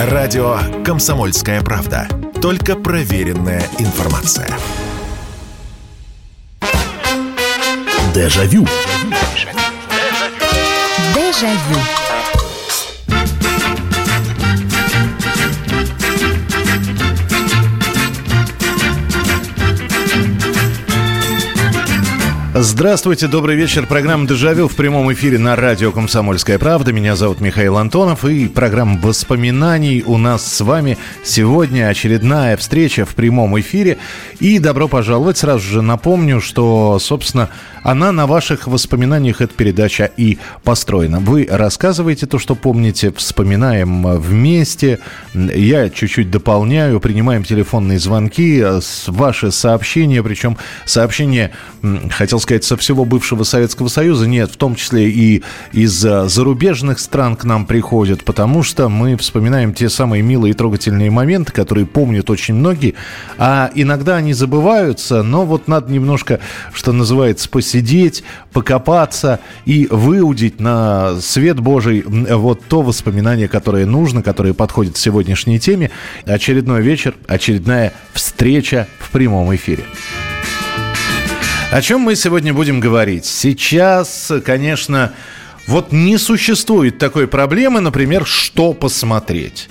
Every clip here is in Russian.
Радио «Комсомольская правда». Только проверенная информация. Дежавю. Дежавю. Здравствуйте, добрый вечер. Программа «Дежавю» в прямом эфире на радио «Комсомольская правда». Меня зовут Михаил Антонов. И программа воспоминаний у нас с вами сегодня. Очередная встреча в прямом эфире. И добро пожаловать. Сразу же напомню, что, собственно, она на ваших воспоминаниях, эта передача, и построена. Вы рассказываете то, что помните, вспоминаем вместе. Я чуть-чуть дополняю, принимаем телефонные звонки, ваши сообщения. Причем сообщения, хотел сказать, со всего бывшего Советского Союза. Нет, в том числе и из зарубежных стран к нам приходят, потому что мы вспоминаем те самые милые и трогательные моменты, которые помнят очень многие, а иногда они забываются, но вот надо немножко, что называется, посидеть, покопаться и выудить на свет Божий вот то воспоминание, которое нужно, которое подходит к сегодняшней теме. Очередной вечер, очередная встреча в прямом эфире. О чем мы сегодня будем говорить? Сейчас, конечно, вот не существует такой проблемы, например, что посмотреть.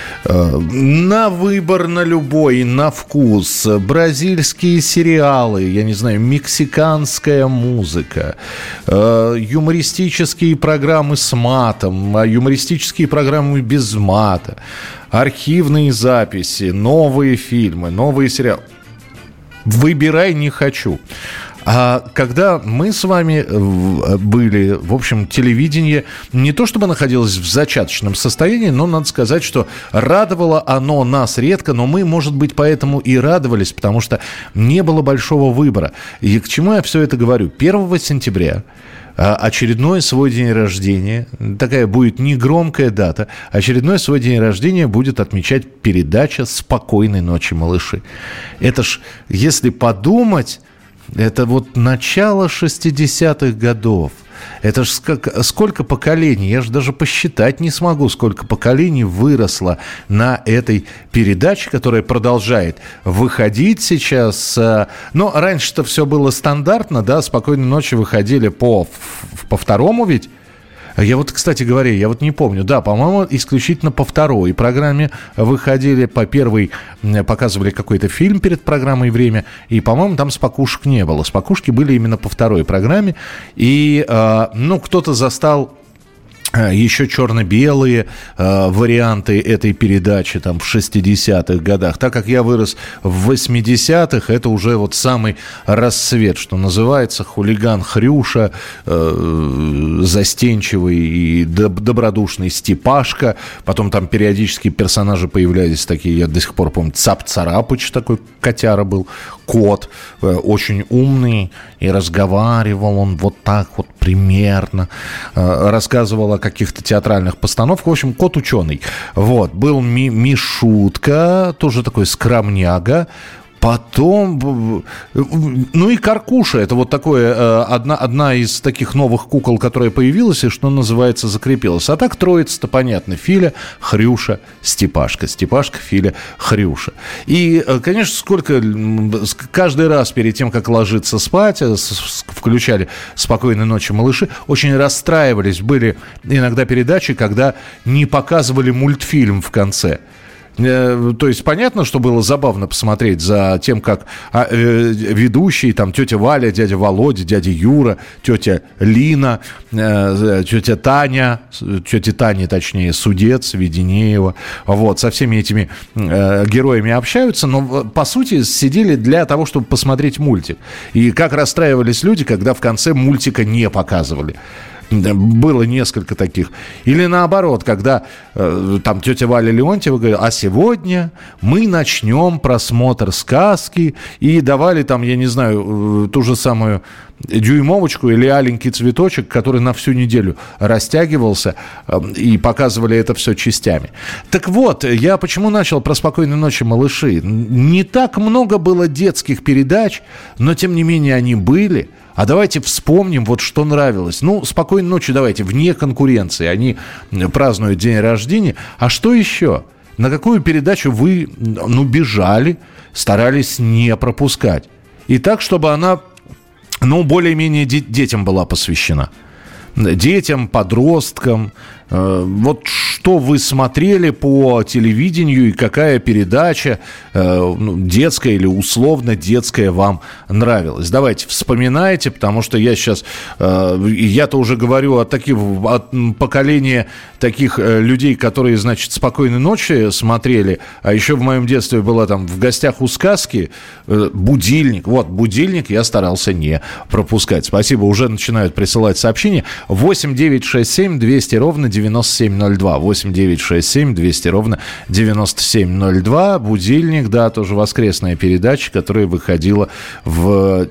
На выбор, на любой, на вкус. Бразильские сериалы, я не знаю, мексиканская музыка, юмористические программы с матом, юмористические программы без мата, архивные записи, новые фильмы, новые сериалы. Выбирай не хочу. А когда мы с вами были, в общем, телевидение не то чтобы находилось в зачаточном состоянии, но надо сказать, что радовало оно нас редко, но мы, может быть, поэтому и радовались, потому что не было большого выбора. И к чему я все это говорю? 1 сентября очередной свой день рождения, такая будет негромкая дата, очередной свой день рождения будет отмечать передача «Спокойной ночи, малыши». Это ж, если подумать, это вот начало 60-х годов. Это ж сколько поколений, я же даже посчитать не смогу, сколько поколений выросло на этой передаче, которая продолжает выходить сейчас. Но раньше-то все было стандартно, да, «Спокойной ночи» выходили по второму ведь. Я вот, кстати говоря, я вот не помню. Да, по-моему, исключительно по второй программе выходили. По первой показывали какой-то фильм перед программой «Время». И, по-моему, там «Спокушек» не было. «Спокушки» были именно по второй программе. И, кто-то застал еще черно-белые варианты этой передачи там, в 60-х годах. Так как я вырос в 80-х, это уже вот самый рассвет, что называется. Хулиган Хрюша, застенчивый и добродушный Степашка. Потом там периодически персонажи появлялись такие, я до сих пор помню, Цап-Царапыч такой котяра был, кот, очень умный, и разговаривал он вот так вот примерно, рассказывал о каких-то театральных постановках. В общем, кот-ученый. Вот. Был Мишутка, тоже такой скромняга. Потом, и Каркуша, это вот такое, одна из таких новых кукол, которая появилась и, что называется, закрепилась. А так троица-то понятно: Филя, Хрюша, Степашка. Степашка, Филя, Хрюша. И, конечно, каждый раз перед тем, как ложиться спать, включали «Спокойной ночи, малыши», очень расстраивались. Были иногда передачи, когда не показывали мультфильм в конце. То есть понятно, что было забавно посмотреть за тем, как ведущие, там, тетя Валя, дядя Володя, дядя Юра, тетя Лина, тетя Таня, тетя Таня, точнее, Судец, Веденеева, вот, со всеми этими героями общаются, но, по сути, сидели для того, чтобы посмотреть мультик. И как расстраивались люди, когда в конце мультика не показывали. Было несколько таких. Или наоборот, когда там тетя Валя Леонтьева говорила: а сегодня мы начнем просмотр сказки, и давали там, я не знаю, ту же самую дюймовочку или аленький цветочек, который на всю неделю растягивался, и показывали это все частями. Так вот, я почему начал про «Спокойной ночи, малыши». Не так много было детских передач, но тем не менее они были. А давайте вспомним, вот что нравилось. Ну, «Спокойной ночи» давайте, вне конкуренции. Они празднуют день рождения. А что еще? на какую передачу вы, бежали, старались не пропускать? И так, чтобы она, более-менее детям была посвящена. Детям, подросткам. Вот что вы смотрели по телевидению и какая передача, детская или условно детская, вам нравилась? Давайте, вспоминайте, потому что я сейчас, я-то уже говорю от поколения таких людей, которые, значит, «Спокойной ночи» смотрели, а еще в моем детстве была там «В гостях у сказки», «Будильник». Вот, «Будильник» я старался не пропускать. Спасибо, уже начинают присылать сообщения. 8 9 6 7 200 ровно 9702. 8 9 6 7 200 ровно 9702. «Будильник», да, тоже воскресная передача, которая выходила в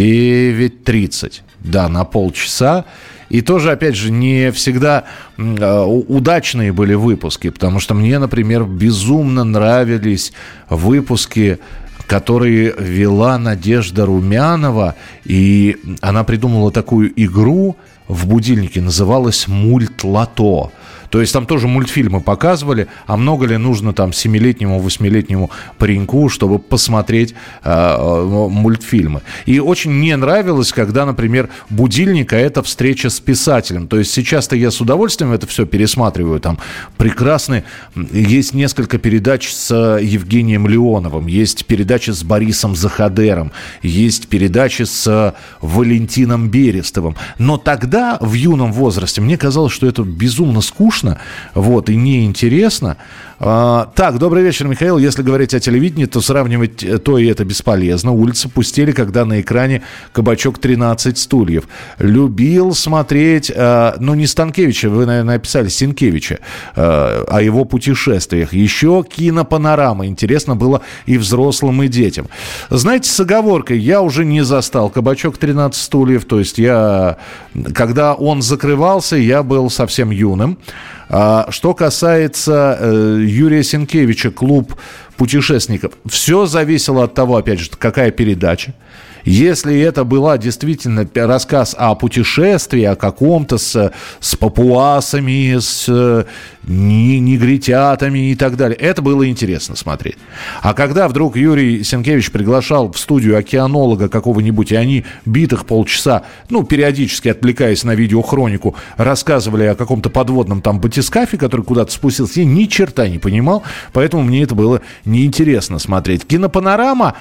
9:30. Да, на полчаса. И тоже, опять же, не всегда удачные были выпуски, потому что мне, например, безумно нравились выпуски, которые вела Надежда Румянова, и она придумала такую игру в «Будильнике», называлась «Мульт-лото». То есть там тоже мультфильмы показывали, а много ли нужно там 7-летнему, 8-летнему пареньку, чтобы посмотреть мультфильмы. И очень мне нравилось, когда, например, «Будильник», а это встреча с писателем. То есть сейчас-то я с удовольствием это все пересматриваю. Там прекрасные, есть несколько передач с Евгением Леоновым, есть передачи с Борисом Захадером, есть передачи с Валентином Берестовым. Но тогда, в юном возрасте, мне казалось, что это безумно скучно, вот, и неинтересно. Так, добрый вечер, Михаил. Если говорить о телевидении, то сравнивать то и это бесполезно. Улицы пустели, когда на экране «Кабачок 13 стульев». Любил смотреть, не Станкевича, вы, наверное, написали Сенкевича, о его путешествиях. Еще «Кинопанорама». Интересно было и взрослым, и детям. Знаете, с оговоркой, я уже не застал «Кабачок 13 стульев». То есть когда он закрывался, я был совсем юным. Что касается Юрия Сенкевича, «Клуб путешественников», все зависело от того, опять же, какая передача. Если это была действительно рассказ о путешествии, о каком-то с папуасами, с негритятами и так далее, это было интересно смотреть. А когда вдруг Юрий Сенкевич приглашал в студию океанолога какого-нибудь, и они битых полчаса, периодически отвлекаясь на видеохронику, рассказывали о каком-то подводном там батискафе, который куда-то спустился, я ни черта не понимал, поэтому мне это было неинтересно смотреть. «Кинопанорама»,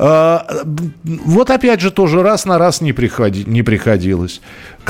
вот опять же тоже раз на раз не приходилось.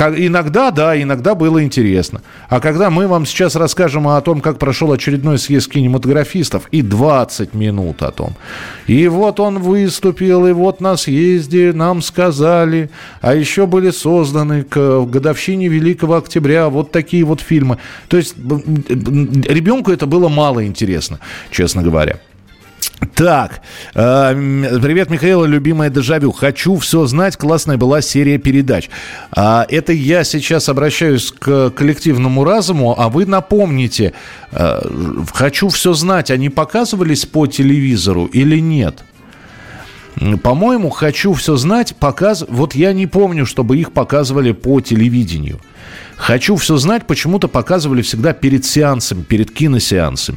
Иногда было интересно. А когда мы вам сейчас расскажем о том, как прошел очередной съезд кинематографистов, и 20 минут о том. И вот он выступил, и вот на съезде нам сказали, а еще были созданы к годовщине Великого Октября вот такие вот фильмы. То есть ребенку это было мало интересно, честно говоря. Так, привет, Михаил, любимая «Дежавю». Хочу все знать. Классная была серия передач. Это я сейчас обращаюсь к коллективному разуму, а вы напомните, «Хочу все знать», они показывались по телевизору или нет? По-моему, «Хочу все знать» вот я не помню, чтобы их показывали по телевидению. «Хочу все знать» почему-то показывали всегда перед сеансами, перед киносеансами.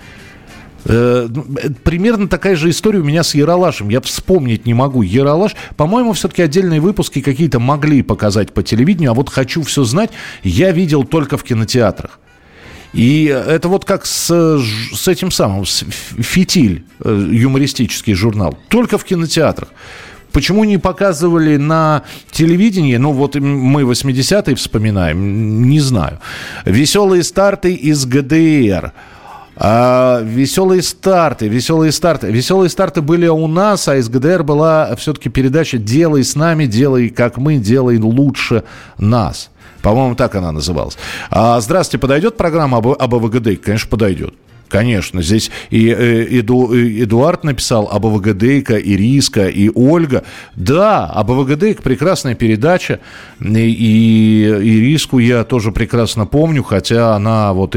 Примерно такая же история у меня с «Ералашем». Я вспомнить не могу. «Ералаш», по-моему, все-таки отдельные выпуски какие-то могли показать по телевидению, а вот «Хочу все знать» я видел только в кинотеатрах. И это вот как с этим самым, «Фитиль», юмористический журнал, только в кинотеатрах. Почему не показывали на телевидении? Вот мы 80-е вспоминаем, не знаю. «Веселые старты» из ГДР. Веселые старты были у нас, а из ГДР была все-таки передача «Делай с нами, делай как мы, делай лучше нас». По-моему, так она называлась. Здравствуйте, подойдет программа об АВГД? Конечно, подойдет. Конечно, здесь и Эдуард написал об АВГД, Ириска, и Ольга. Да, об АВГД прекрасная передача. И Ириску я тоже прекрасно помню, хотя она вот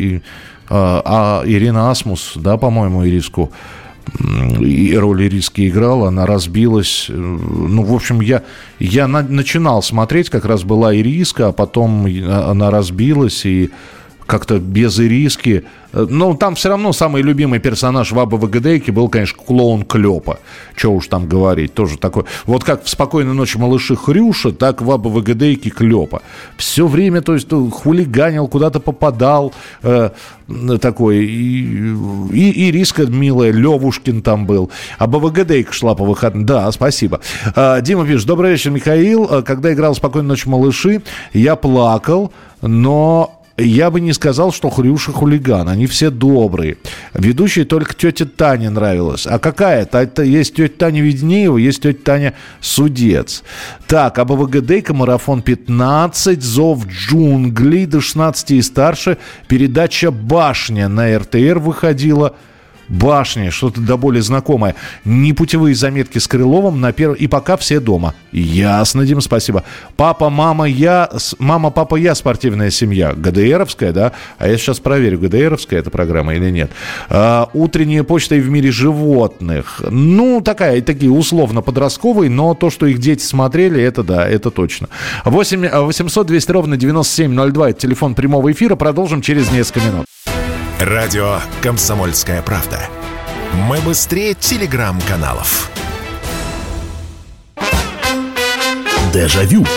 Ирина Асмус, да, по-моему, Ириску, и роль Ириски играла, она разбилась. В общем, я начинал смотреть, как раз была Ириска, а потом она разбилась, и как-то без ириски. Но там все равно самый любимый персонаж в АБВГДейке был, конечно, клоун Клёпа. Чего уж там говорить, тоже такой. Вот как в «Спокойной ночи, малыши» Хрюша, так в АБВГДейке Клёпа. Все время, то есть, хулиганил, куда-то попадал, такой. И Ириска милая, Левушкин там был. АБВГДейка шла по выходным. Да, спасибо. Дима пишет: добрый вечер, Михаил. Когда играл в «Спокойной ночи, малыши», я плакал, но... Я бы не сказал, что Хрюша хулиган. Они все добрые. Ведущей только тетя Таня нравилась. А какая-то? Это есть тетя Таня Веденеева, есть тетя Таня Судец. Так, АБВГДейка, марафон 15, зов джунглей до 16 и старше. Передача «Башня» на РТР выходила. «Башня», что-то до боли знакомое. Непутевые заметки с Крыловым на первом. И пока все дома. Ясно, Дим, спасибо. Папа, мама, я. Мама, папа, я. Спортивная семья. ГДРовская, да? А я сейчас проверю, ГДРовская эта программа или нет. Утренняя почта и в мире животных. Ну, такие условно подростковые, но то, что их дети смотрели, это да, это точно. 8 800 200 ровно 9702. Это телефон прямого эфира. Продолжим через несколько минут. Радио «Комсомольская правда». Мы быстрее телеграм-каналов. Дежавю.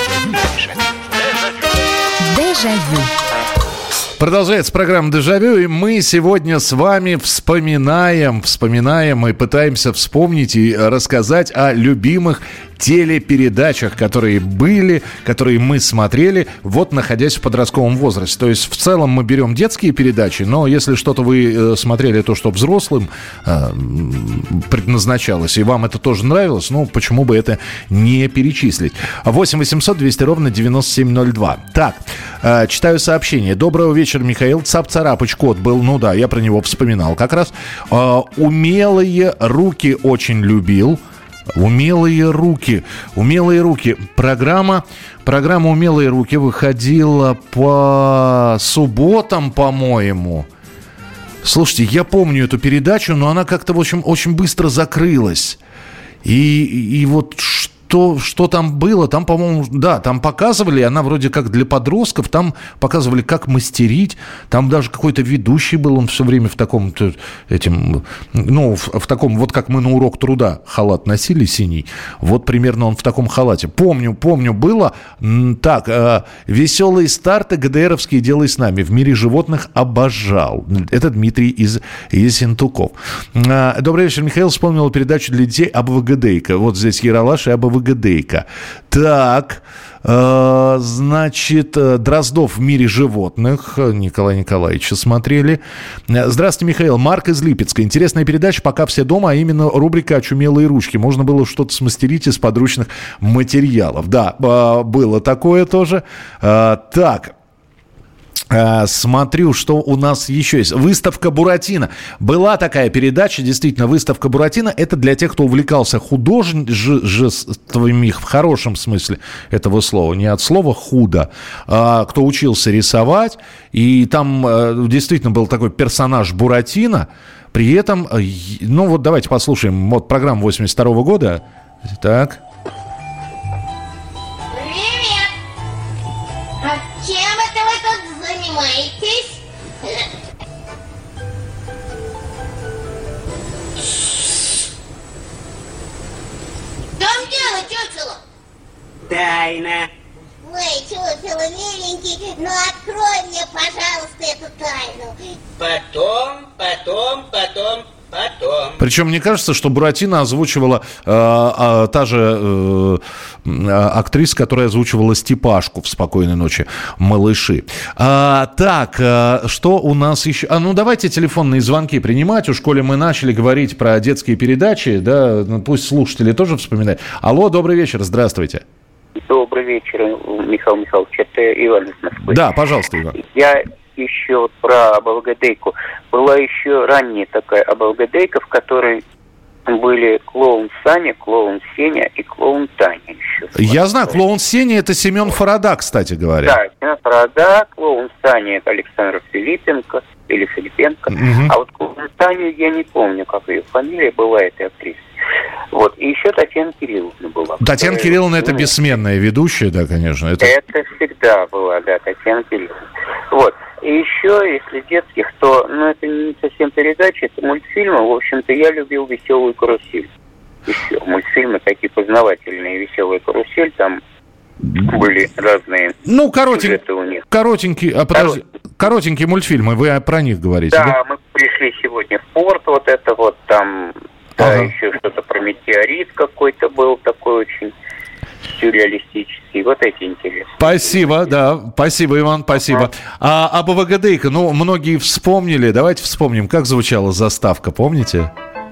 Дежавю. Продолжается программа «Дежавю», и мы сегодня с вами вспоминаем и пытаемся вспомнить и рассказать о любимых телепередачах, которые были, которые мы смотрели, вот находясь в подростковом возрасте. То есть в целом мы берем детские передачи, но если что-то вы смотрели, то, что взрослым предназначалось, и вам это тоже нравилось, ну, почему бы это не перечислить? 8 800 200 ровно 9702. Так, читаю сообщение. Доброго вечера, Михаил. Цап-царапыч кот был, ну да, я про него вспоминал как раз. Умелые руки очень любил. Умелые руки. Программа «Умелые руки» выходила по субботам, по-моему. Слушайте, я помню эту передачу, но она как-то, в общем, очень быстро закрылась. И вот что там было? Там, по-моему, да, там показывали, она вроде как для подростков, там показывали, как мастерить. Там даже какой-то ведущий был, он все время в таком, в таком, вот как мы на урок труда халат носили синий, вот примерно он в таком халате. Помню, было. Так, «Веселые старты, ГДРовские, делай с нами. В мире животных» обожал. Это Дмитрий из Ессентуков. Добрый вечер, Михаил. Вспомнил передачу для детей АБВГДейка. Вот здесь Ералаш и АБВГДейка. Так, значит, Дроздов в мире животных. Николая Николаевича смотрели. Здравствуйте, Михаил. Марк из Липецка. Интересная передача «Пока все дома», а именно рубрика «Очумелые ручки». Можно было что-то смастерить из подручных материалов. Да, было такое тоже. Так. Смотрю, что у нас еще есть. «Выставка Буратино». Была такая передача, действительно, «Выставка Буратино». Это для тех, кто увлекался художествами в хорошем смысле этого слова. Не от слова «худо», а кто учился рисовать. И там действительно был такой персонаж Буратино. При этом, ну вот давайте послушаем. Вот программа 82 года. Так. Тайна. Ой, чучело, миленький, ну открой мне, пожалуйста, эту тайну. Потом. Причем мне кажется, что Буратино озвучивала та же актриса, которая озвучивала Степашку в «Спокойной ночи, малыши». Так, что у нас еще? Ну, давайте телефонные звонки принимать. Уж коли мы начали говорить про детские передачи, да, пусть слушатели тоже вспоминают. Алло, добрый вечер, здравствуйте. Добрый вечер, Михаил Михайлович. Это Иван из Москвы. Да, пожалуйста, Иван. Я еще вот про АБВГДейку. Была еще ранняя такая АБВГДейка, в которой были клоун Саня, клоун Сеня и клоун Таня еще. Я знаю, клоун Сеня — это Семен Фарада, кстати говоря. Да, Семен Фарада, клоун Саня — это Александр Филипенко или Филипенко. Угу. А вот клоун Таню я не помню, как ее фамилия была, этой актрисы. Вот, и еще Татьяна Кирилловна была. Татьяна Кирилловна — это бессменная ведущая, да, конечно. Это всегда была, да, Татьяна Кирилловна. Вот, И еще, если детских, то, это не совсем передача, это мультфильмы. В общем-то, я любил «Веселую карусель». Еще мультфильмы такие познавательные, «Веселая карусель», там были разные сюжеты у них. Коротенькие мультфильмы, вы про них говорите, да? Да, мы пришли сегодня в порт, там, еще что-то про метеорит какой-то был, такой очень сюрреалистический. Вот эти интересные. Спасибо, да. Спасибо, Иван, спасибо. А АБВГДейка, многие вспомнили. Давайте вспомним, как звучала заставка, помните?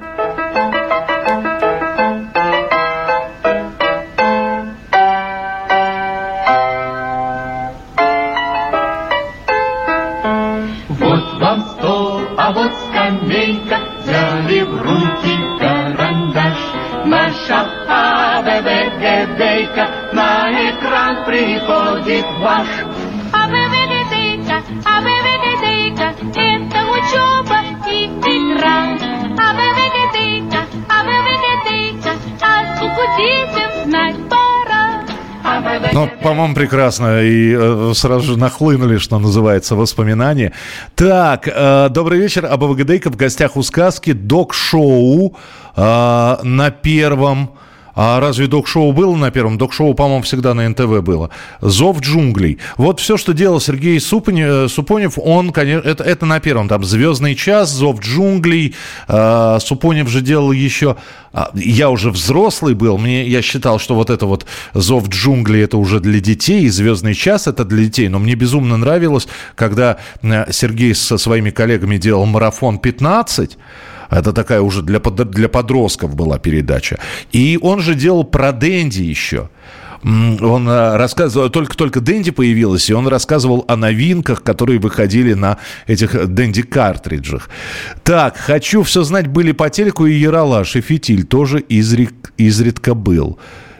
Вот вам стол, а вот скамейка, взяли в руки карандаш. Наша АБВГДейка, на экран приходит ваш. АБВГДейка, это учеба и игра. АБВГДейка, а детям знать пора. По-моему, прекрасно. И сразу же нахлынули, что называется, воспоминания. Так, добрый вечер. АБВГДейка в гостях у сказки. Док-шоу на Первом. А разве док-шоу было на Первом? Док-шоу, по-моему, всегда на НТВ было. «Зов джунглей». Вот все, что делал Сергей Супонев, он, конечно, это на Первом. Там «Звездный час», «Зов джунглей». Супонев же делал еще... Я уже взрослый был, я считал, что вот это вот «Зов джунглей» это уже для детей, и «Звездный час» это для детей. Но мне безумно нравилось, когда Сергей со своими коллегами делал «Марафон 15». Это такая уже для подростков была передача. И он же делал про Дэнди еще. Он рассказывал, только Дэнди появилась, и он рассказывал о новинках, которые выходили на этих Дэнди-картриджах. Так, «Хочу все знать» были по телеку, и «Ералаш», и «Фитиль» тоже изредка был.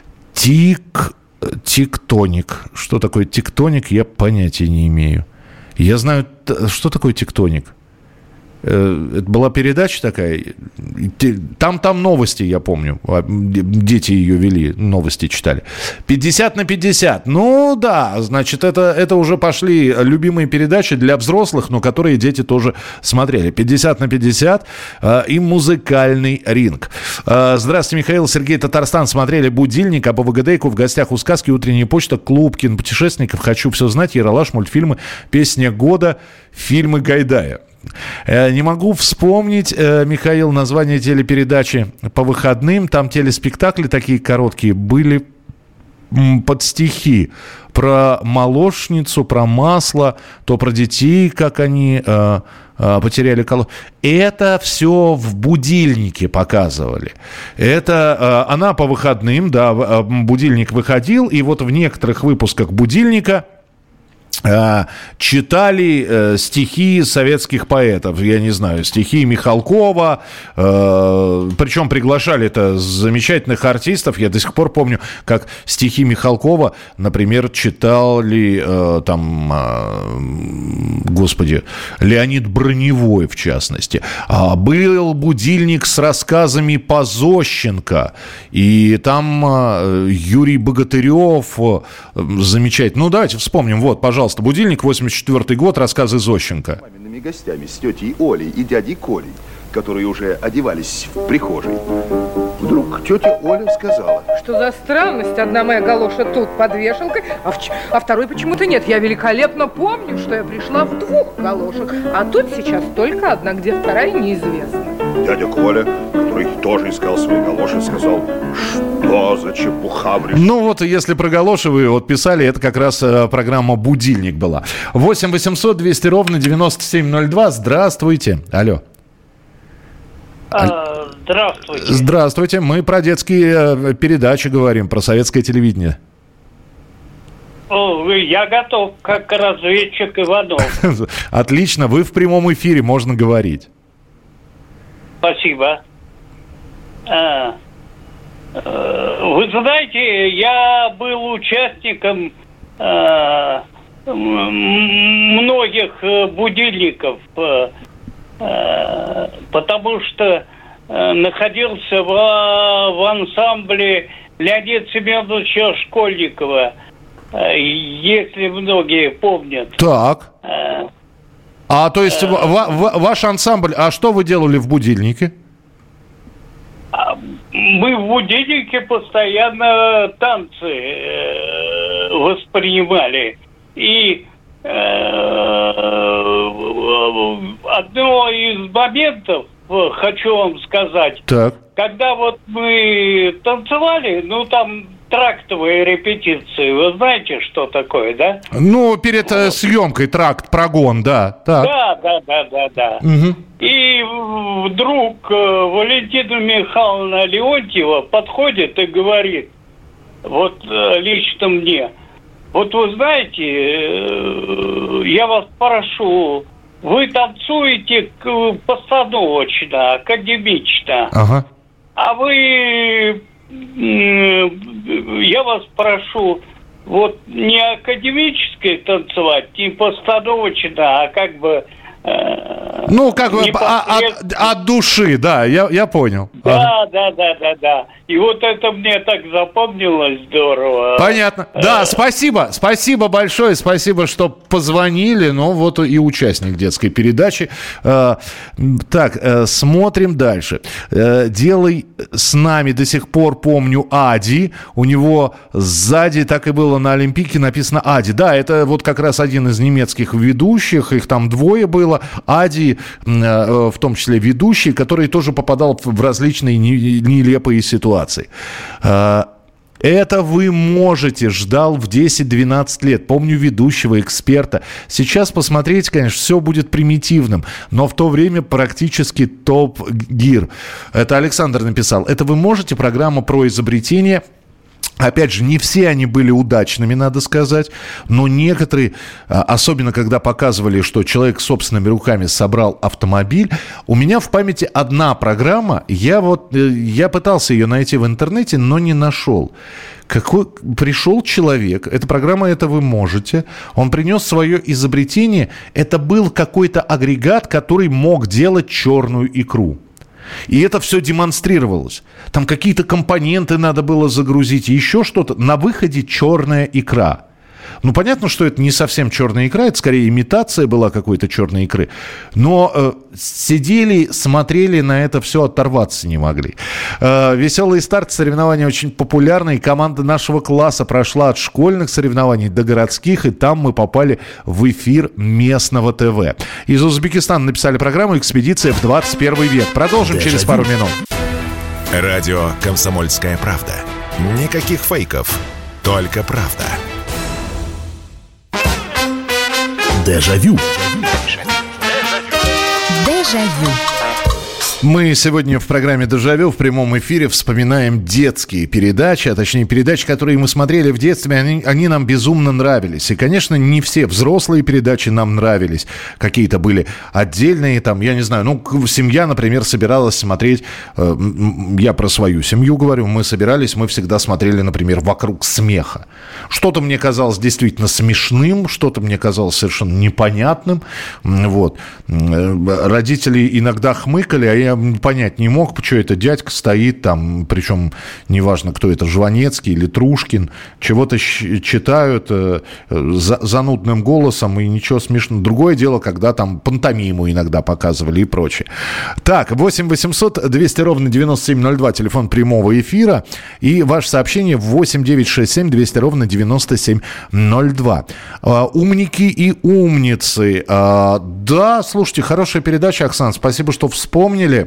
Тектоник. Что такое тектоник, я понятия не имею. Я знаю, что такое тектоник. Это была передача такая. Там новости, я помню. Дети ее вели, новости читали. 50/50. Ну да, значит, это уже пошли любимые передачи для взрослых, но которые дети тоже смотрели. 50/50 и музыкальный ринг. Здравствуйте, Михаил, Сергей, Татарстан. Смотрели «Будильник», АБВГДейку в гостях у сказки, «Утренняя почта», клуб кинопутешественников, «Хочу все знать», «Ералаш», мультфильмы, «Песня года», фильмы Гайдая. Не могу вспомнить, Михаил, название телепередачи по выходным. Там телеспектакли такие короткие были под стихи. Про молочницу, про масло, то про детей, как они потеряли колонку. Это все в «Будильнике» показывали. Это она по выходным, да, «Будильник» выходил, и вот в некоторых выпусках «Будильника» читали стихи советских поэтов, я не знаю, стихи Михалкова, причем приглашали это замечательных артистов. Я до сих пор помню, как стихи Михалкова, например, читали Леонид Броневой, в частности. Был «Будильник» с рассказами Позощенко, и там Юрий Богатырев замечательный. Ну, давайте вспомним, вот, пожалуйста, «Будильник», 84-й год, рассказы Зощенко. Мамиными гостями, с тетей Олей и дядей Колей, которые уже одевались в прихожей. Вдруг тетя Оля сказала: что за странность, одна моя галоша тут под вешалкой, а второй почему-то нет. Я великолепно помню, что я пришла в 2 галошах, а тут сейчас только одна, где вторая, неизвестно. Дядя Коля, который тоже искал свои галоши, сказал: что за чепуха? Ну вот, если про галоши вы вот писали, это как раз программа «Будильник» была. 8 800 200 ровно 9702. Здравствуйте. Алло. Здравствуйте. Здравствуйте. Мы про детские передачи говорим, про советское телевидение. Я готов, как разведчик Иванов. Отлично. Вы в прямом эфире, можно говорить. Спасибо. Вы знаете, я был участником многих будильников, потому что находился в ансамбле Леонида Семеновича Школьникова, если многие помнят. Так. А то есть ваш ансамбль, а что вы делали в будильнике? Мы в будильнике постоянно танцы воспринимали. И одно из моментов, хочу вам сказать, так. Когда вот мы танцевали, там трактовые репетиции, вы знаете, что такое, да? Ну, перед съемкой тракт, прогон, да. Так. Да. Угу. И вдруг Валентина Михайловна Леонтьева подходит и говорит, вот лично мне, вот вы знаете, я вас прошу, вы танцуете постановочно, академично, ага. А вы, я вас прошу, вот не академически танцевать, не постановочно, а как бы... Ну, как бы от души, да, я понял. Да. И вот это мне так запомнилось здорово. Понятно. Да, спасибо большое, спасибо, что позвонили. Ну, вот и участник детской передачи. Так, смотрим дальше. «Делай с нами», до сих пор помню Ади. У него сзади, так и было на Олимпийке, написано Ади. Да, это вот как раз один из немецких ведущих, их там двое было. Ади, в том числе ведущий, который тоже попадал в различные нелепые ситуации. Это вы можете, ждал в 10-12 лет. Помню ведущего, эксперта. Сейчас посмотреть, конечно, все будет примитивным, но в то время практически топ-гир. Это Александр написал. Это вы можете, программа про изобретение. Опять же, не все они были удачными, надо сказать, но некоторые, особенно когда показывали, что человек собственными руками собрал автомобиль, у меня в памяти одна программа, я пытался ее найти в интернете, но не нашел. Пришел человек, эта программа «Это вы можете», он принес свое изобретение, это был какой-то агрегат, который мог делать черную икру. И это все демонстрировалось. Там какие-то компоненты надо было загрузить, еще что-то. На выходе черная икра. Ну, понятно, что это не совсем черная икра, это скорее имитация была какой-то черной икры. Но сидели, смотрели на это все, оторваться не могли. Веселый старт, соревнования очень популярные. Команда нашего класса прошла от школьных соревнований до городских, и там мы попали в эфир местного ТВ. Из Узбекистана написали программу «Экспедиция в 21 век». Продолжим через пару минут. Радио «Комсомольская правда». Никаких фейков, только правда. Дежавю. Дежавю. Мы сегодня в программе «Дежавю» в прямом эфире вспоминаем детские передачи, а точнее передачи, которые мы смотрели в детстве, они нам безумно нравились. И, конечно, не все взрослые передачи нам нравились. Какие-то были отдельные, там, я не знаю, семья, например, собиралась смотреть, я про свою семью говорю, мы всегда смотрели, например, «Вокруг смеха». Что-то мне казалось действительно смешным, что-то мне казалось совершенно непонятным. Вот. Родители иногда хмыкали, а я понять не мог, почему это дядька стоит там, причем неважно, кто это, Жванецкий или Трушкин, чего-то читают занудным голосом, и ничего смешного. Другое дело, когда там пантомиму иногда показывали и прочее. Так, 8 800 200 ровно 9702, телефон прямого эфира, и ваше сообщение 8 967 200 ровно 9702. Умники и умницы. Да, слушайте, хорошая передача, Оксан, спасибо, что вспомнили.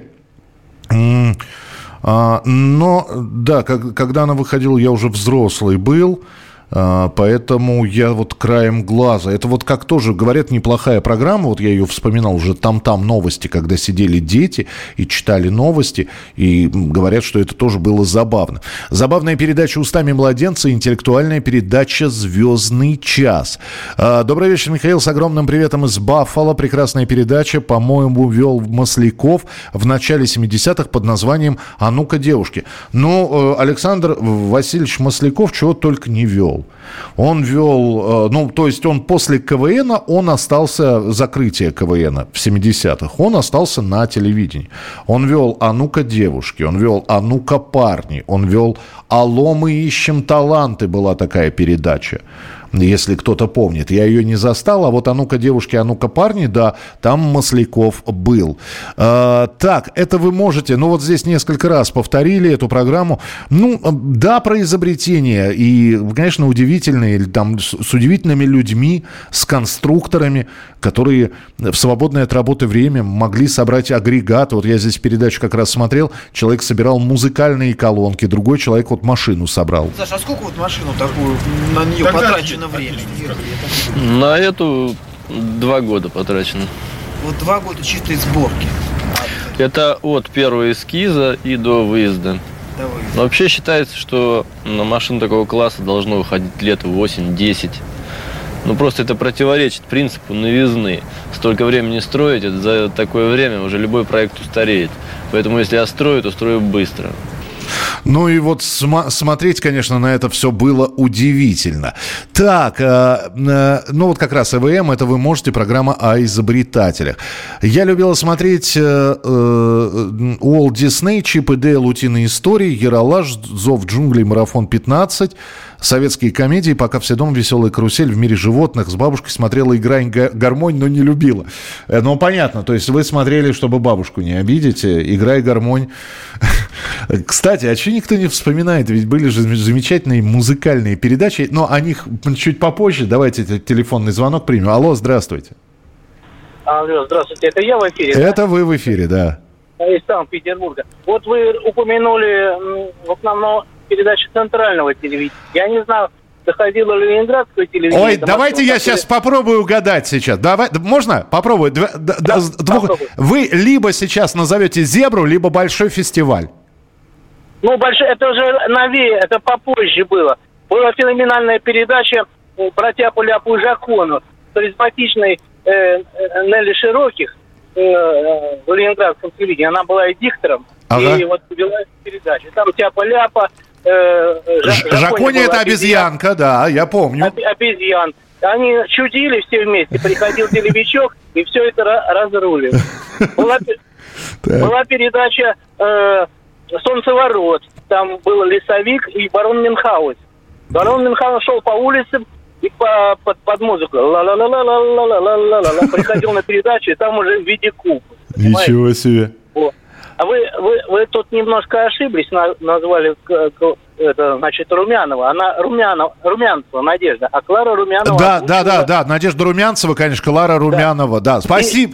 Но, да, когда она выходила, я уже взрослый был, поэтому я вот краем глаза. Это вот как тоже, говорят, неплохая программа, вот я ее вспоминал уже, там новости, когда сидели дети и читали новости, и говорят, что это тоже было забавно. Забавная передача «Устами младенца», интеллектуальная передача «Звездный час». Добрый вечер, Михаил, с огромным приветом из Баффало. Прекрасная передача, по-моему, вел Масляков в начале 70-х под названием «А ну-ка, девушки». Ну, Александр Васильевич Масляков чего только не вел. Он вел, то есть он после КВН, он остался, закрытие КВН в 70-х, он остался на телевидении. Он вел «А ну-ка, девушки», он вел «А ну-ка, парни», он вел «Алло, мы ищем таланты», была такая передача. если кто-то помнит. Я ее не застал, а вот «А ну-ка, девушки, а ну-ка, парни», да, там Масляков был. Так, это вы можете, ну вот здесь несколько раз повторили эту программу. Ну, да, про изобретения, и, конечно, удивительные, там, с удивительными людьми, с конструкторами, которые в свободное от работы время могли собрать агрегаты. Вот я здесь передачу как раз смотрел, человек собирал музыкальные колонки, другой человек вот машину собрал. Саша, а сколько вот машину такую, на нее потрачено времени? На эту 2 года потрачено. Вот 2 года чистой сборки. Это от первого эскиза и до выезда. Но вообще считается, что на машину такого класса должно уходить лет 8-10. Ну, просто это противоречит принципу новизны. Столько времени строить, это за такое время уже любой проект устареет. Поэтому, если я строю, то строю быстро. Ну и вот смотреть, конечно, на это все было удивительно. Так, ну вот как раз ЭВМ, это вы можете, программа о изобретателях. Я любила смотреть Уолт Дисней, Чип и Дейл, Утиные истории, Ералаш, Зов джунглей, Марафон 15, советские комедии, пока все дома, Веселая карусель, В мире животных. С бабушкой смотрела «Играй гармонь», но не любила. Ну, понятно, то есть вы смотрели, чтобы бабушку не обидеть, «Играй гармонь». Кстати, а что никто не вспоминает? Ведь были же замечательные музыкальные передачи, но о них чуть попозже. Давайте телефонный звонок примем. Алло, здравствуйте. Алло, здравствуйте. Это я в эфире? Это да? Вы в эфире, да. Из Санкт-Петербурга. Вот вы упомянули в основном передачи центрального телевидения. Я не знаю, доходило ли ленинградское телевидение. Ой, давайте я сейчас попробую угадать сейчас. Давай, можно? Попробую. Вы либо сейчас назовете «Зебру», либо «Большой фестиваль». Ну, это уже новее, это попозже было. Была феноменальная передача «Братья-Поляпу и Жакону» с харизматичной Нелли Широких в ленинградском телевидении. Она была и диктором, и вот вела передачу. Там Тяпа-Ляпа. Жаконя это обезьянка, да, я помню. Обезьян. Они чудили все вместе. Приходил телевичок и все это разрулил. Была передача «Солнцеворот». Там был лесовик и барон Мюнхгаузен. Барон Мюнхгаузен шел по улицам и под музыку ла-ла-ла-ла-ла-ла-ла-ла-ла приходил на передачу, и там уже в виде куб. Ничего себе. Вот. А вы тут немножко ошиблись, назвали это, значит, Румянова. Она Румянцева Надежда, а Клара Румянова... Да, Надежда Румянцева, конечно, Клара Румянова, да. Спасибо,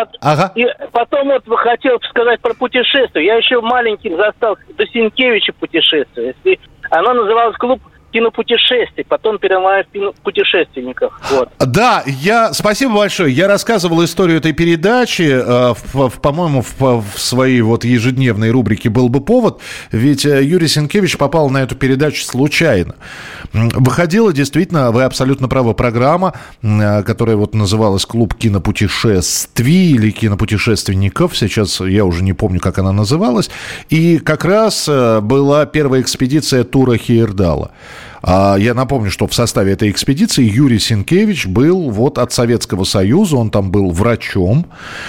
И потом вот хотел сказать про путешествие. Я еще маленьким застал до Сенкевича путешествие. Оно называлось «Клуб кинопутешествий», потом переименовали в «Путешественников». Вот. Да, спасибо большое. Я рассказывал историю этой передачи, по-моему, в своей вот ежедневной рубрике «Был бы повод», ведь Юрий Сенкевич попал на эту передачу случайно. Выходила действительно, вы абсолютно правы, программа, которая вот называлась «Клуб кинопутешествий» или «Кинопутешественников», сейчас я уже не помню, как она называлась, и как раз была первая экспедиция тура Хейердала. Я напомню, что в составе этой экспедиции Юрий Сенкевич был вот от Советского Союза, он там был врачом,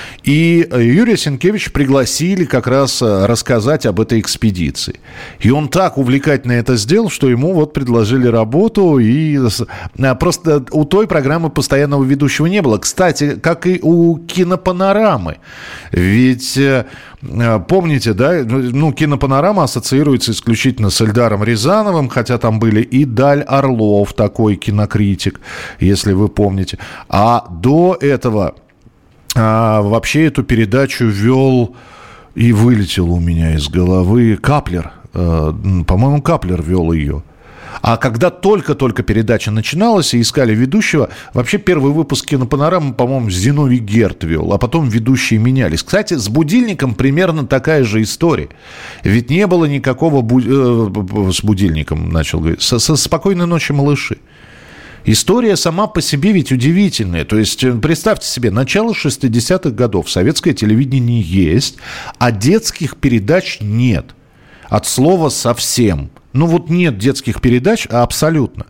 и Юрия Сенкевича пригласили как раз рассказать об этой экспедиции. И он так увлекательно это сделал, что ему вот предложили работу, и просто у той программы постоянного ведущего не было. Кстати, как и у «Кинопанорамы». Ведь... Помните, да, ну, «Кинопанорама» ассоциируется исключительно с Эльдаром Рязановым, хотя там были и Даль Орлов, такой кинокритик, если вы помните. А до этого вообще эту передачу вел и вылетел у меня из головы Каплер. По-моему, Каплер вел ее. А когда только-только передача начиналась и искали ведущего, вообще первый выпуск «Кинопанорамы», по-моему, Зиновий Герд вел, а потом ведущие менялись. Кстати, с «Будильником» примерно такая же история. Ведь не было никакого... С «Будильником» начал говорить. Со «Спокойной ночи, малыши». История сама по себе ведь удивительная. То есть, представьте себе, начало 60-х годов, советское телевидение есть, а детских передач нет. От слова «совсем». Ну вот нет детских передач абсолютно.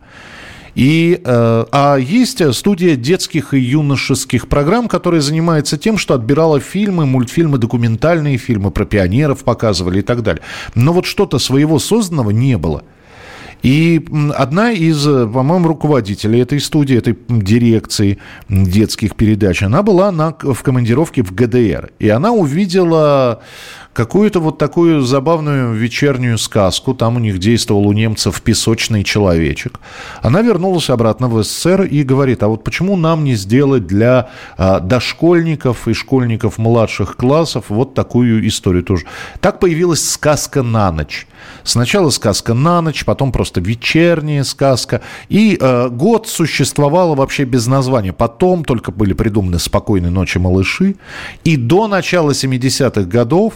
А есть студия детских и юношеских программ, которая занимается тем, что отбирала фильмы, мультфильмы, документальные фильмы, про пионеров показывали и так далее. Но вот что-то своего созданного не было. И одна из, по-моему, руководителей этой студии, этой дирекции детских передач, она была в командировке в ГДР. И она увидела какую-то вот такую забавную вечернюю сказку. Там у них действовал у немцев песочный человечек. Она вернулась обратно в СССР и говорит, а вот почему нам не сделать для дошкольников и школьников младших классов вот такую историю тоже. Так появилась сказка на ночь. Сначала сказка на ночь, потом просто вечерняя сказка. И год существовала вообще без названия. Потом только были придуманы «Спокойной ночи, малыши». И до начала 70-х годов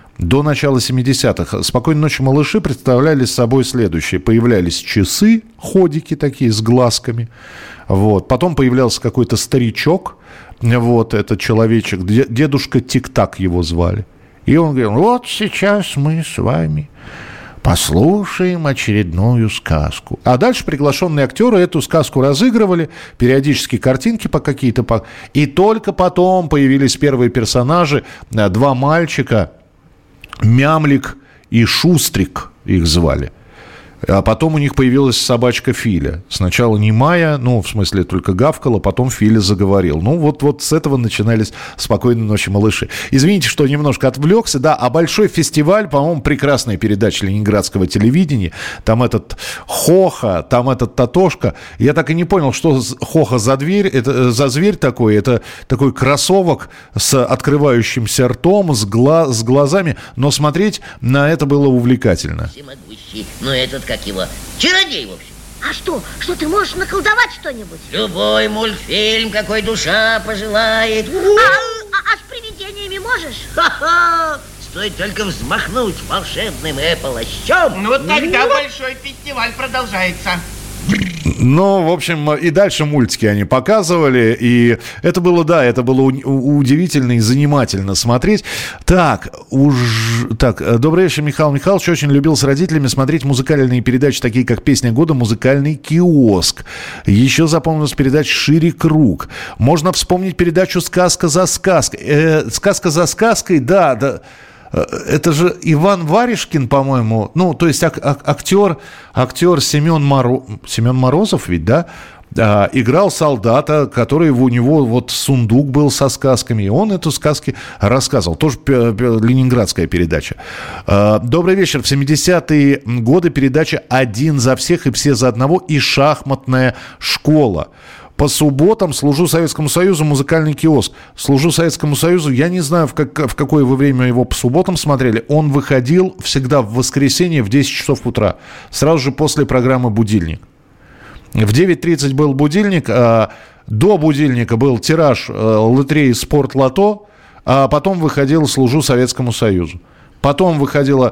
«Спокойной ночи, малыши» представляли собой следующее. Появлялись часы, ходики такие с глазками. Вот. Потом появлялся какой-то старичок. Вот этот человечек. Дедушка Тик-Так его звали. И он говорил, вот сейчас мы с вами послушаем очередную сказку. А дальше приглашенные актеры эту сказку разыгрывали, периодически картинки по какие-то. И только потом появились первые персонажи, два мальчика, Мямлик и Шустрик их звали. А потом у них появилась собачка Филя. Сначала немая, ну, в смысле, только гавкала, потом Филя заговорил. Ну, вот с этого начинались «Спокойной ночи, малыши». Извините, что немножко отвлекся, да, а большой фестиваль, по-моему, прекрасная передача ленинградского телевидения. Там этот Хоха, там этот Татошка. Я так и не понял, что Хоха за зверь такой. Это такой кроссовок с открывающимся ртом, с глазами. Но смотреть на это было увлекательно. Ну, этот, как его, чародей, в общем. А что? Что, ты можешь наколдовать что-нибудь? Любой мультфильм, какой душа пожелает. А с привидениями можешь? Ха-ха! Стоит только взмахнуть волшебным плащом. Ну, тогда большой фестиваль продолжается. Ну, в общем, и дальше мультики они показывали, и это было удивительно и занимательно смотреть. Так, добрый вечер, Михаил Михайлович. Очень любил с родителями смотреть музыкальные передачи, такие как «Песня года», «Музыкальный киоск». Еще запомнилась передача «Шире круг». Можно вспомнить передачу «Сказка за сказкой». «Сказка за сказкой», да. Это же Иван Варежкин, по-моему, ну, то есть актер Семен Морозов ведь, да, играл солдата, который у него вот сундук был со сказками, и он эту сказки рассказывал. Тоже ленинградская передача. Добрый вечер. В 70-е годы передача «Один за всех и все за одного» и «Шахматная школа». По субботам «Служу Советскому Союзу», «Музыкальный киоск». «Служу Советскому Союзу», я не знаю, в какое вы время его по субботам смотрели. Он выходил всегда в воскресенье в 10 часов утра, сразу же после программы «Будильник». В 9:30 был будильник, до будильника был тираж лотереи «Спорт-лото», а потом выходил «Служу Советскому Союзу». Потом выходила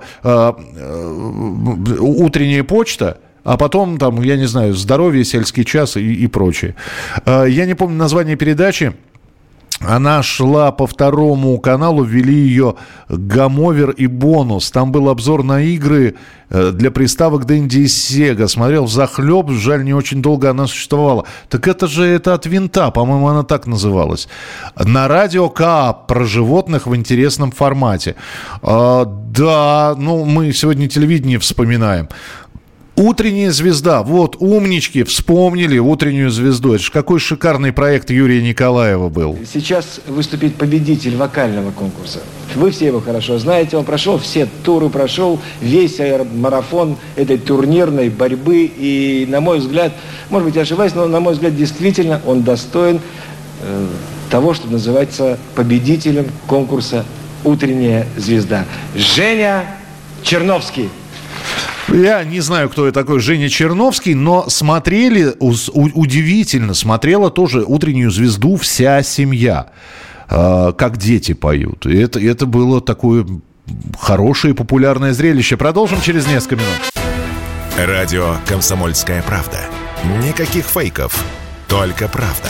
утренняя почта, а потом, там, я не знаю, «Здоровье», «Сельский час» и прочее. Я не помню название передачи. Она шла по второму каналу, ввели ее «Гамовер» и «Бонус». Там был обзор на игры для приставок Dendy и Sega. Смотрел взахлеб, жаль, не очень долго она существовала. Так это от «Винта», по-моему, она так называлась. На радио КААП про животных в интересном формате. Да, мы сегодня телевидение вспоминаем. «Утренняя звезда». Вот, умнички, вспомнили «Утреннюю звезду». Это же какой шикарный проект Юрия Николаева был. Сейчас выступит победитель вокального конкурса. Вы все его хорошо знаете. Он прошел все туры, прошел весь марафон этой турнирной борьбы. И, на мой взгляд, может быть, я ошибаюсь, но, на мой взгляд, действительно он достоин того, что называется победителем конкурса «Утренняя звезда». Женя Черновский. Я не знаю, кто это такой Женя Черновский, но смотрели, удивительно, смотрела тоже «Утреннюю звезду» вся семья, как дети поют. И это было такое хорошее и популярное зрелище. Продолжим через несколько минут. Радио «Комсомольская правда». Никаких фейков, только правда.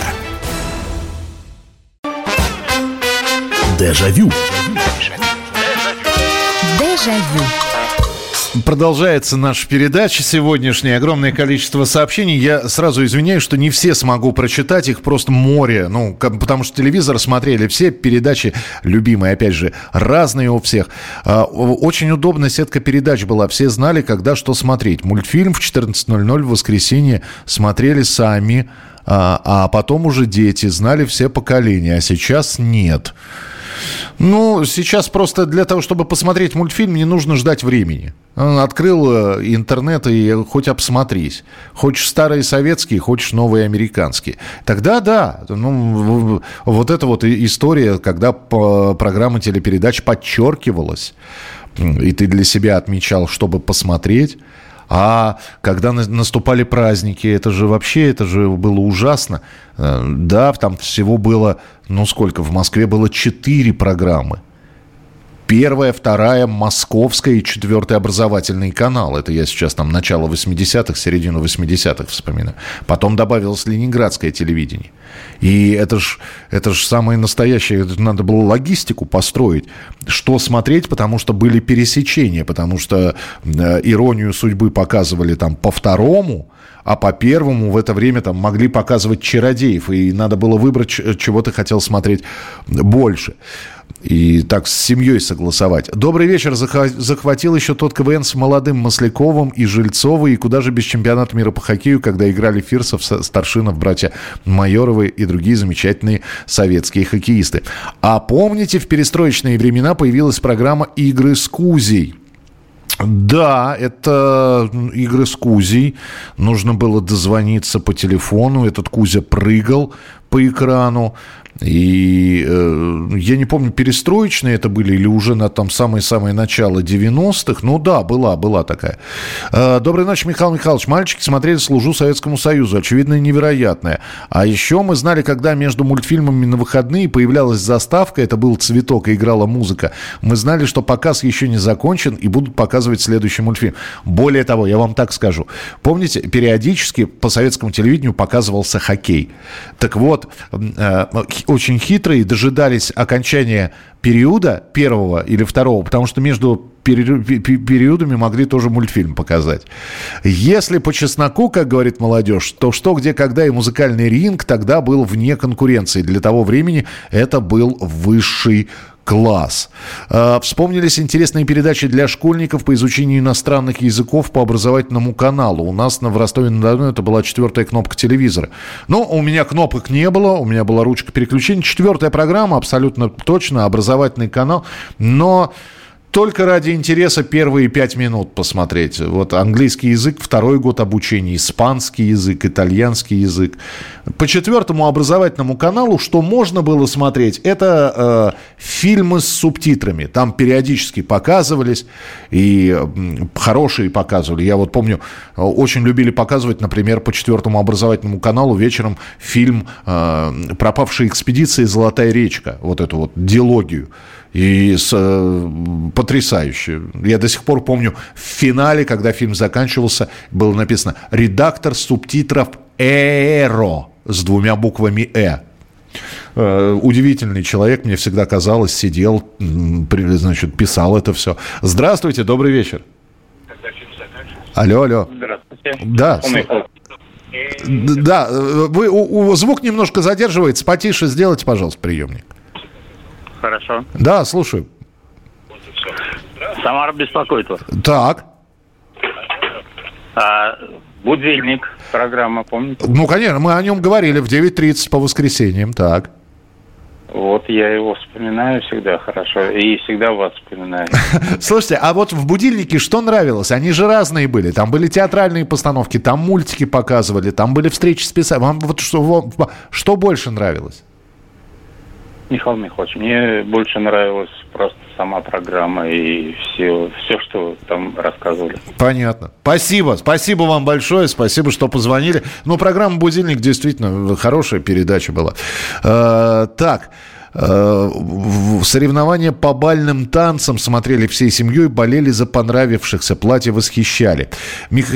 Дежавю. Дежавю. Продолжается наша передача сегодняшняя. Огромное количество сообщений. Я сразу извиняюсь, что не все смогу прочитать. Их просто море. Потому что телевизор смотрели все. Передачи любимые, опять же, разные у всех. Очень удобная сетка передач была. Все знали, когда что смотреть. Мультфильм в 14:00 в воскресенье смотрели сами. А потом уже дети. Знали все поколения. А сейчас нет. Сейчас просто для того, чтобы посмотреть мультфильм, не нужно ждать времени. Открыл интернет и хоть обсмотрись. Хочешь старые советские, хочешь новые американские. Тогда да. Вот эта вот история, когда программа телепередач подчеркивалась, и ты для себя отмечал, чтобы посмотреть. А когда наступали праздники, это же было ужасно. Да, там всего было, сколько? В Москве было 4 программы. 1-я, 2-я, Московская и 4-й образовательный канал. Это я сейчас начало 80-х, середину 80-х вспоминаю. Потом добавилось Ленинградское телевидение. И это ж самое настоящее. Надо было логистику построить. Что смотреть, потому что были пересечения. Потому что «Иронию судьбы» показывали по 2-му, а по 1-му в это время могли показывать «Чародеев». И надо было выбрать, чего ты хотел смотреть больше. И так с семьей согласовать. Добрый вечер. Захватил еще тот КВН с молодым Масляковым и Жильцовой. И куда же без чемпионата мира по хоккею, когда играли Фирсов, Старшинов, братья Майоровы и другие замечательные советские хоккеисты. А помните, в перестроечные времена появилась программа «Игры с Кузей». Да, это игры с Кузей. Нужно было дозвониться по телефону. Этот Кузя прыгал по экрану. И я не помню, перестроечные это были или уже на самое-самое начало 90-х. Да, была такая. Доброй ночи, Михаил Михайлович. Мальчики смотрели «Служу Советскому Союзу». Очевидно, невероятное. А еще мы знали, когда между мультфильмами на выходные появлялась заставка, это был цветок и играла музыка. Мы знали, что показ еще не закончен и будут показывать следующий мультфильм. Более того, я вам так скажу. Помните, периодически по советскому телевидению показывался хоккей. Так вот, очень хитрые дожидались окончания периода 1-го или 2-го, потому что между периодами могли тоже мультфильм показать. Если по чесноку, как говорит молодежь, то «Что, где, когда» и «Музыкальный ринг» тогда был вне конкуренции. Для того времени это был высший класс. Вспомнились интересные передачи для школьников по изучению иностранных языков по образовательному каналу. У нас в Ростове-на-Дону это была 4-я кнопка телевизора. У меня кнопок не было, у меня была ручка переключения. 4-я программа, абсолютно точно, образовательный канал. Но только ради интереса первые 5 минут посмотреть. Вот английский язык, 2-й год обучения, испанский язык, итальянский язык. По 4-му образовательному каналу, что можно было смотреть, это фильмы с субтитрами. Там периодически показывались, и хорошие показывали. Я вот помню, очень любили показывать, например, по 4-му образовательному каналу вечером фильм «Пропавшие экспедиции. Золотая речка». Вот эту вот дилогию. И потрясающе. Я до сих пор помню, в финале, когда фильм заканчивался, было написано «Редактор субтитров ЭРО» с 2 буквами «Э». Удивительный человек, мне всегда казалось, сидел, писал это все. Здравствуйте, добрый вечер. Алло. Здравствуйте. Да, вы звук немножко задерживается, потише сделайте, пожалуйста, приемник. Хорошо. Да, слушаю. Самара беспокоит вас. Так. Будильник, программа, помните? Конечно, мы о нем говорили в 9:30 по воскресеньям, так. Вот я его вспоминаю всегда хорошо, и всегда вас вспоминаю. Слушайте, а вот в «Будильнике» что нравилось? Они же разные были. Там были театральные постановки, там мультики показывали, там были встречи с писателем. Вам вот что больше нравилось? Михаил Михайлович, мне больше нравилась просто сама программа и все, что там рассказывали. Понятно. Спасибо вам большое, спасибо, что позвонили. Программа «Будильник» действительно хорошая передача была. Соревнования по бальным танцам смотрели всей семьей, болели за понравившихся, платья восхищали.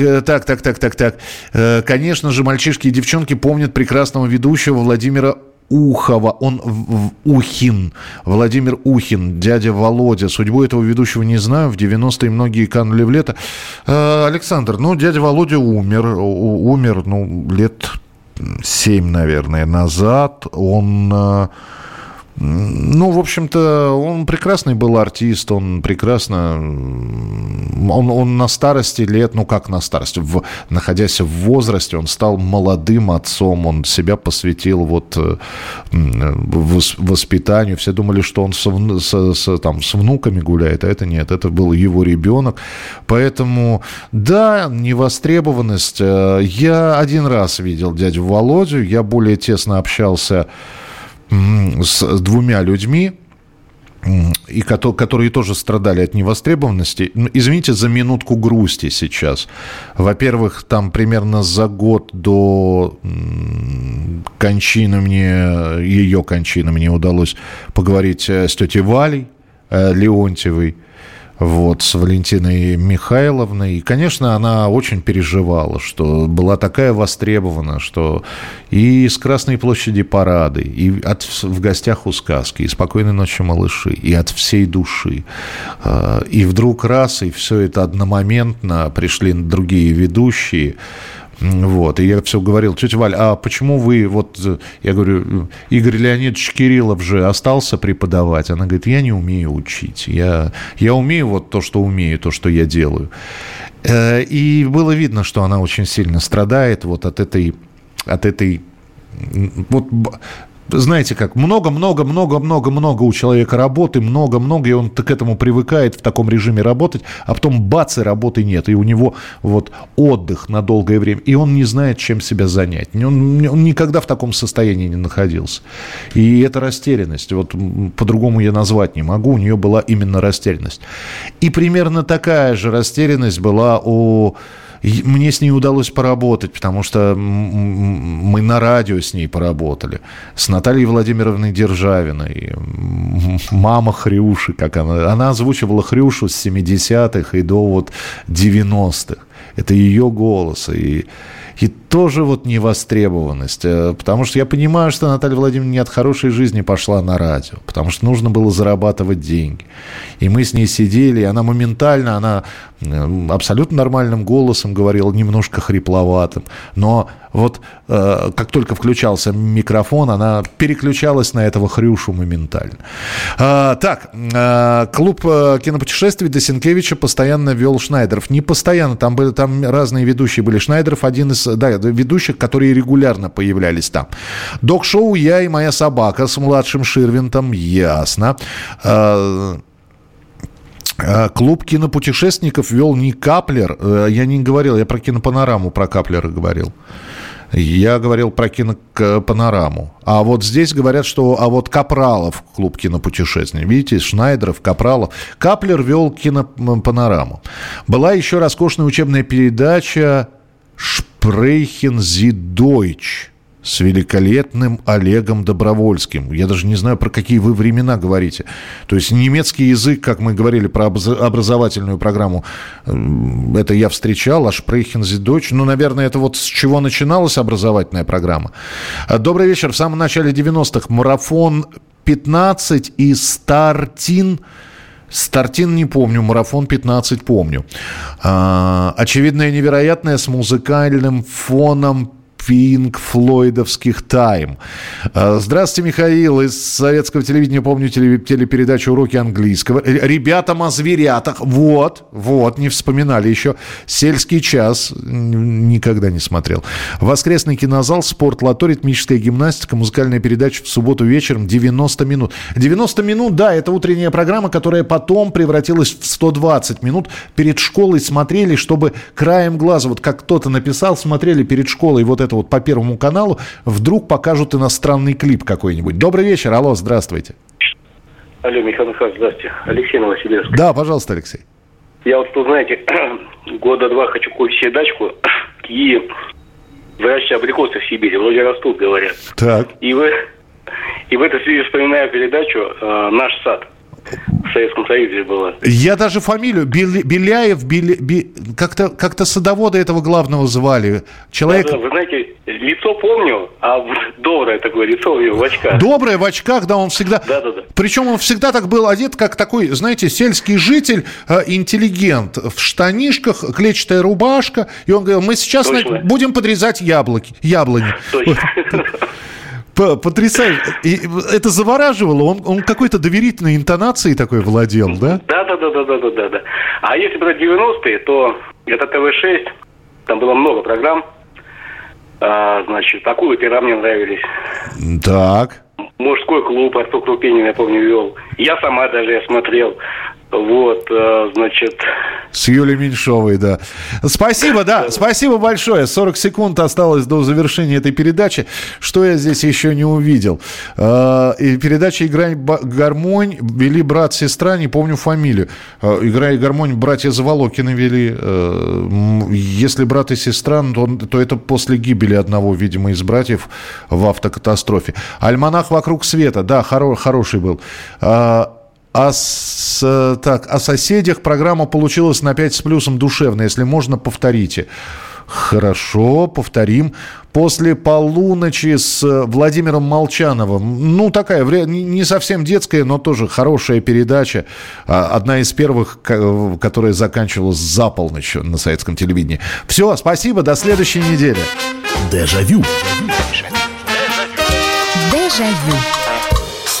Так. Конечно же, мальчишки и девчонки помнят прекрасного ведущего Владимира Ухова, Ухин, Владимир Ухин, дядя Володя. Судьбу этого ведущего не знаю, в 90-е многие канули в лето. Александр, дядя Володя умер, лет 7, наверное, назад. Он... в общем-то, он прекрасный был артист, он прекрасно... Он на старости лет, как на старости, находясь в возрасте, он стал молодым отцом, он себя посвятил воспитанию. Все думали, что он с внуками гуляет, а это нет, это был его ребенок. Поэтому, да, невостребованность. Я один раз видел дядю Володю, я более тесно общался с двумя людьми, и которые тоже страдали от невостребованности. Извините за минутку грусти сейчас. Во-первых, там примерно за год до ее кончины мне удалось поговорить с тетей Валей Леонтьевой, с Валентиной Михайловной. И, конечно, она очень переживала, что была такая востребована, что и с Красной площади парады, и в гостях у сказки, и «Спокойной ночи, малыши», и от всей души. И вдруг раз, и все это одномоментно, пришли другие ведущие. И я все говорил: тетя Валь, а почему вы, я говорю, Игорь Леонидович Кириллов же остался преподавать? Она говорит: я не умею учить, я умею то, что умею, то, что я делаю. И было видно, что она очень сильно страдает от этой знаете как, много у человека работы, много, и он к этому привыкает в таком режиме работать, а потом бац, и работы нет, и у него отдых на долгое время, и он не знает, чем себя занять. Он никогда в таком состоянии не находился. И это растерянность, по-другому я назвать не могу, у нее была именно растерянность. И примерно такая же растерянность была мне с ней удалось поработать, потому что мы на радио с ней поработали. С Натальей Владимировной Державиной. Мама Хрюши, как она. Она озвучивала Хрюшу с 70-х и до 90-х. Это ее голос. И тоже невостребованность. Потому что я понимаю, что Наталья Владимировна не от хорошей жизни пошла на радио. Потому что нужно было зарабатывать деньги. И мы с ней сидели, и она моментально, она абсолютно нормальным голосом говорила, немножко хрипловатым. Но как только включался микрофон, она переключалась на этого Хрюшу моментально. Клуб кинопутешествий Досенкевича постоянно вел Шнайдеров. Не постоянно, там разные ведущие были. Шнайдеров один из ведущих, которые регулярно появлялись там. Док-шоу «Я и моя собака» с младшим Ширвинтом, ясно. Клуб кинопутешественников вел не Каплер. Я не говорил, я про кинопанораму, про Каплера говорил. Я говорил про кинопанораму. А здесь говорят, что Капралов клуб кинопутешественников. Видите, Шнайдеров, Капралов. Каплер вел кинопанораму. Была еще роскошная учебная передача «Шпрейхен зи Дойч» с великолепным Олегом Добровольским. Я даже не знаю, про какие вы времена говорите. То есть немецкий язык, как мы говорили про образовательную программу, это я встречал, а «Шпрейхен зи Дойч», наверное, это с чего начиналась образовательная программа. Добрый вечер. В самом начале 90-х «Марафон 15» и «Стартин». «Стартин» не помню, «Марафон 15» помню. «Очевидное невероятное» с музыкальным фоном Пинк Флойдовских «Тайм». Здравствуйте, Михаил. Из советского телевидения помню телепередачу «Уроки английского». «Ребятам о зверятах». Не вспоминали еще. «Сельский час». Никогда не смотрел. «Воскресный кинозал», «Спорт-лото», «Ритмическая гимнастика», музыкальная передача в субботу вечером 90 минут. 90 минут, да, это утренняя программа, которая потом превратилась в 120 минут. Перед школой смотрели, чтобы краем глаза, как кто-то написал, смотрели перед школой это по Первому каналу, вдруг покажут иностранный клип какой-нибудь. Добрый вечер, алло, здравствуйте. Алло, Михаил Михайлович, здравствуйте. Алексей Новосибирск. Да, пожалуйста, Алексей. Я знаете, года 2 хочу купить себе дачку и выращивать абрикосы в Сибири. Вроде растут, говорят. Так. И в этой связи вспоминаю передачу «Наш сад». в Советском Союзе было. Я даже фамилию Беляев, как-то садовода этого главного звали. Человек... Да, вы знаете, лицо помню, а доброе такое лицо у него в очках. Доброе в очках, да, он всегда... Да. Причем он всегда так был одет, как такой, знаете, сельский житель, интеллигент. В штанишках, клетчатая рубашка. И он говорил, мы сейчас будем подрезать яблони. Точно. Потрясающе. И это завораживало. Он какой-то доверительной интонацией такой владел, да? Да. А если брать 90-е, то это ТВ-6. Там было много программ. Значит, «Акулы пера» мне нравились. Так. «Мужской клуб» Артур Крупенин, я помню, вел. Я сама даже смотрел. Вот, значит... С Юлией Меньшовой, да. Спасибо, да, спасибо большое. 40 секунд осталось до завершения этой передачи. Что я здесь еще не увидел? Передача «Играй гармонь» вели брат-сестра, не помню фамилию. «Играй гармонь» братья Заволокины вели. Если брат и сестра, то это после гибели одного, видимо, из братьев в автокатастрофе. «Альманах вокруг света», да, хороший был. О соседях программа получилась на 5 с плюсом душевно. Если можно, повторите. Хорошо, повторим. «После полуночи» с Владимиром Молчановым. Ну, такая не совсем детская, но тоже хорошая передача. Одна из первых, которая заканчивалась за полночь на советском телевидении. Все, спасибо, до следующей недели. Дежавю. Дежавю.